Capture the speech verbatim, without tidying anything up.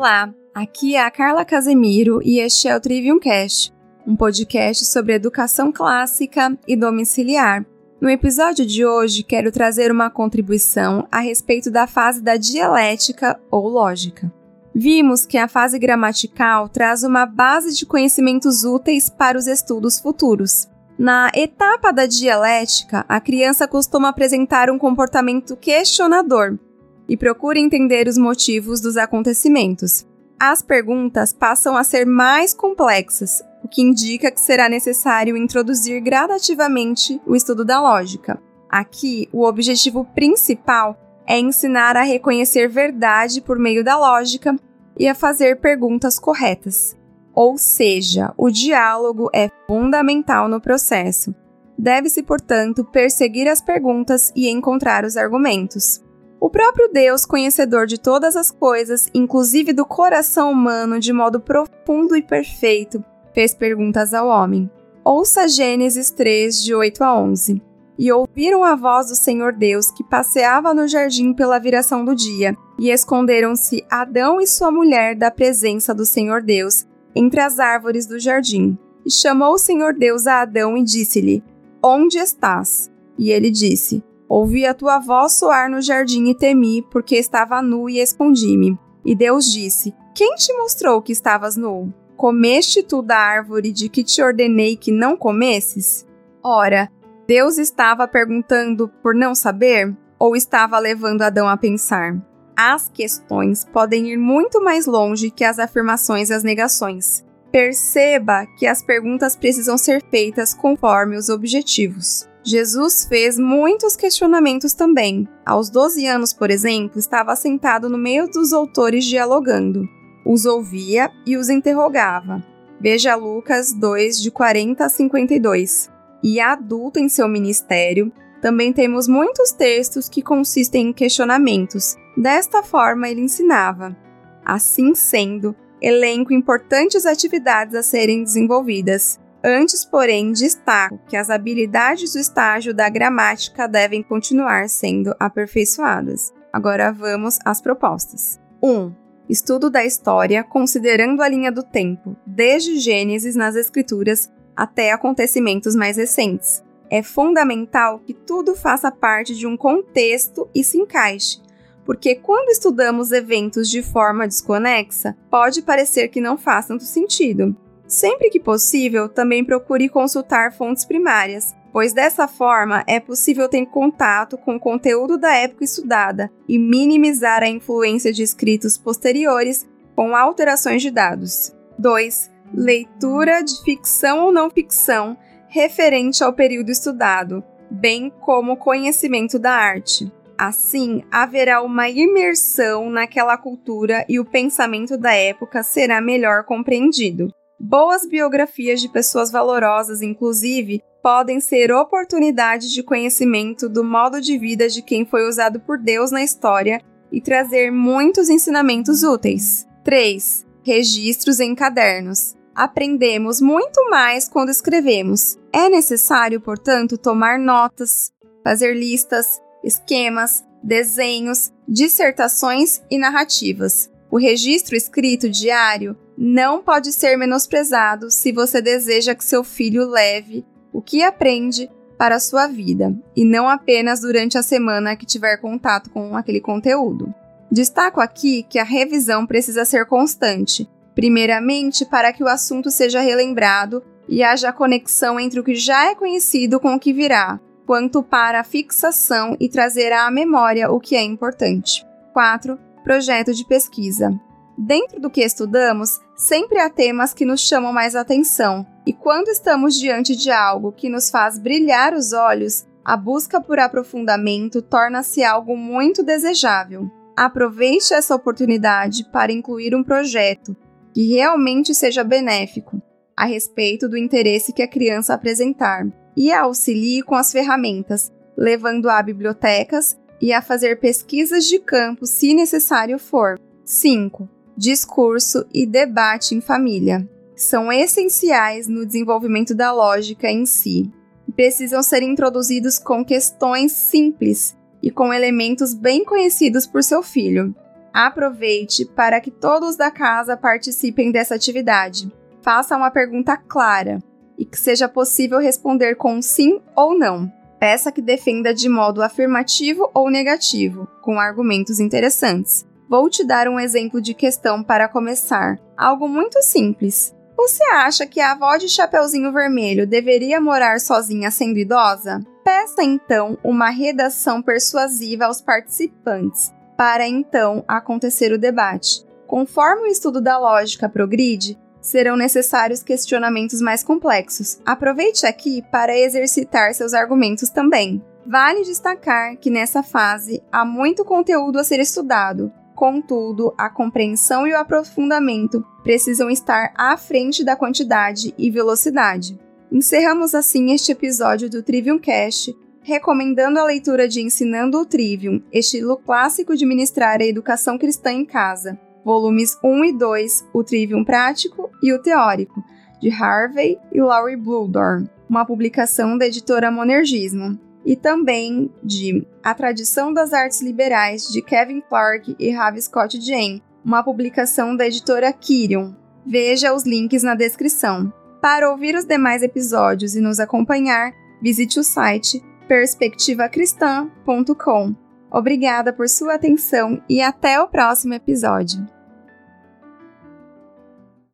Olá, aqui é a Carla Casemiro e este é o Trivium Cast, um podcast sobre educação clássica e domiciliar. No episódio de hoje, quero trazer uma contribuição a respeito da fase da dialética ou lógica. Vimos que a fase gramatical traz uma base de conhecimentos úteis para os estudos futuros. Na etapa da dialética, a criança costuma apresentar um comportamento questionador e procura entender os motivos dos acontecimentos. As perguntas passam a ser mais complexas, o que indica que será necessário introduzir gradativamente o estudo da lógica. Aqui, o objetivo principal é ensinar a reconhecer verdade por meio da lógica e a fazer perguntas corretas. Ou seja, o diálogo é fundamental no processo. Deve-se, portanto, perseguir as perguntas e encontrar os argumentos. O próprio Deus, conhecedor de todas as coisas, inclusive do coração humano de modo profundo e perfeito, fez perguntas ao homem. Ouça Gênesis três, de oito a onze. E ouviram a voz do Senhor Deus, que passeava no jardim pela viração do dia, e esconderam-se Adão e sua mulher da presença do Senhor Deus, entre as árvores do jardim. E chamou o Senhor Deus a Adão e disse-lhe: Onde estás? E ele disse: Ouvi a tua voz soar no jardim e temi, porque estava nu e escondi-me. E Deus disse: Quem te mostrou que estavas nu? Comeste tu da árvore de que te ordenei que não comesses? Ora, Deus estava perguntando por não saber, ou estava levando Adão a pensar? As questões podem ir muito mais longe que as afirmações e as negações. Perceba que as perguntas precisam ser feitas conforme os objetivos. Jesus fez muitos questionamentos também. Aos doze anos, por exemplo, estava sentado no meio dos autores dialogando. Os ouvia e os interrogava. Veja Lucas dois, de quarenta a cinquenta e dois. E adulto em seu ministério, também temos muitos textos que consistem em questionamentos. Desta forma, ele ensinava. Assim sendo, elenco importantes atividades a serem desenvolvidas. Antes, porém, destaco que as habilidades do estágio da gramática devem continuar sendo aperfeiçoadas. Agora vamos às propostas. um. Estudo da história considerando a linha do tempo, desde Gênesis nas Escrituras até acontecimentos mais recentes. É fundamental que tudo faça parte de um contexto e se encaixe, porque quando estudamos eventos de forma desconexa, pode parecer que não faz tanto sentido. Sempre que possível, também procure consultar fontes primárias, pois dessa forma é possível ter contato com o conteúdo da época estudada e minimizar a influência de escritos posteriores com alterações de dados. dois. Leitura de ficção ou não ficção referente ao período estudado, bem como conhecimento da arte. Assim, haverá uma imersão naquela cultura e o pensamento da época será melhor compreendido. Boas biografias de pessoas valorosas, inclusive, podem ser oportunidades de conhecimento do modo de vida de quem foi usado por Deus na história e trazer muitos ensinamentos úteis. três. Registros em cadernos. Aprendemos muito mais quando escrevemos. É necessário, portanto, tomar notas, fazer listas, esquemas, desenhos, dissertações e narrativas. O registro escrito diário não pode ser menosprezado se você deseja que seu filho leve o que aprende para a sua vida, e não apenas durante a semana que tiver contato com aquele conteúdo. Destaco aqui que a revisão precisa ser constante, primeiramente para que o assunto seja relembrado e haja conexão entre o que já é conhecido com o que virá, quanto para a fixação e trazer à memória o que é importante. quatro. Projeto de pesquisa. Dentro do que estudamos, sempre há temas que nos chamam mais atenção, e quando estamos diante de algo que nos faz brilhar os olhos, a busca por aprofundamento torna-se algo muito desejável. Aproveite essa oportunidade para incluir um projeto que realmente seja benéfico a respeito do interesse que a criança apresentar e a auxilie com as ferramentas, levando a bibliotecas e a fazer pesquisas de campo se necessário for. cinco. Discurso e debate em família. São essenciais no desenvolvimento da lógica em si. Precisam ser introduzidos com questões simples e com elementos bem conhecidos por seu filho. Aproveite para que todos da casa participem dessa atividade. Faça uma pergunta clara e que seja possível responder com sim ou não. Peça que defenda de modo afirmativo ou negativo, com argumentos interessantes. Vou te dar um exemplo de questão para começar. Algo muito simples. Você acha que a avó de Chapeuzinho Vermelho deveria morar sozinha sendo idosa? Peça então uma redação persuasiva aos participantes, para então acontecer o debate. Conforme o estudo da lógica progride, serão necessários questionamentos mais complexos. Aproveite aqui para exercitar seus argumentos também. Vale destacar que nessa fase há muito conteúdo a ser estudado. Contudo, a compreensão e o aprofundamento precisam estar à frente da quantidade e velocidade. Encerramos assim este episódio do Trivium Cast, recomendando a leitura de Ensinando o Trivium, estilo clássico de ministrar a educação cristã em casa, volumes um e dois, o Trivium Prático e o Teórico, de Harvey e Laurie Bluhdorn, uma publicação da editora Monergismo. E também de A Tradição das Artes Liberais, de Kevin Clark e Ravi Scott Jane, uma publicação da editora Quirion. Veja os links na descrição. Para ouvir os demais episódios e nos acompanhar, visite o site perspectiva cristã ponto com. Obrigada por sua atenção e até o próximo episódio.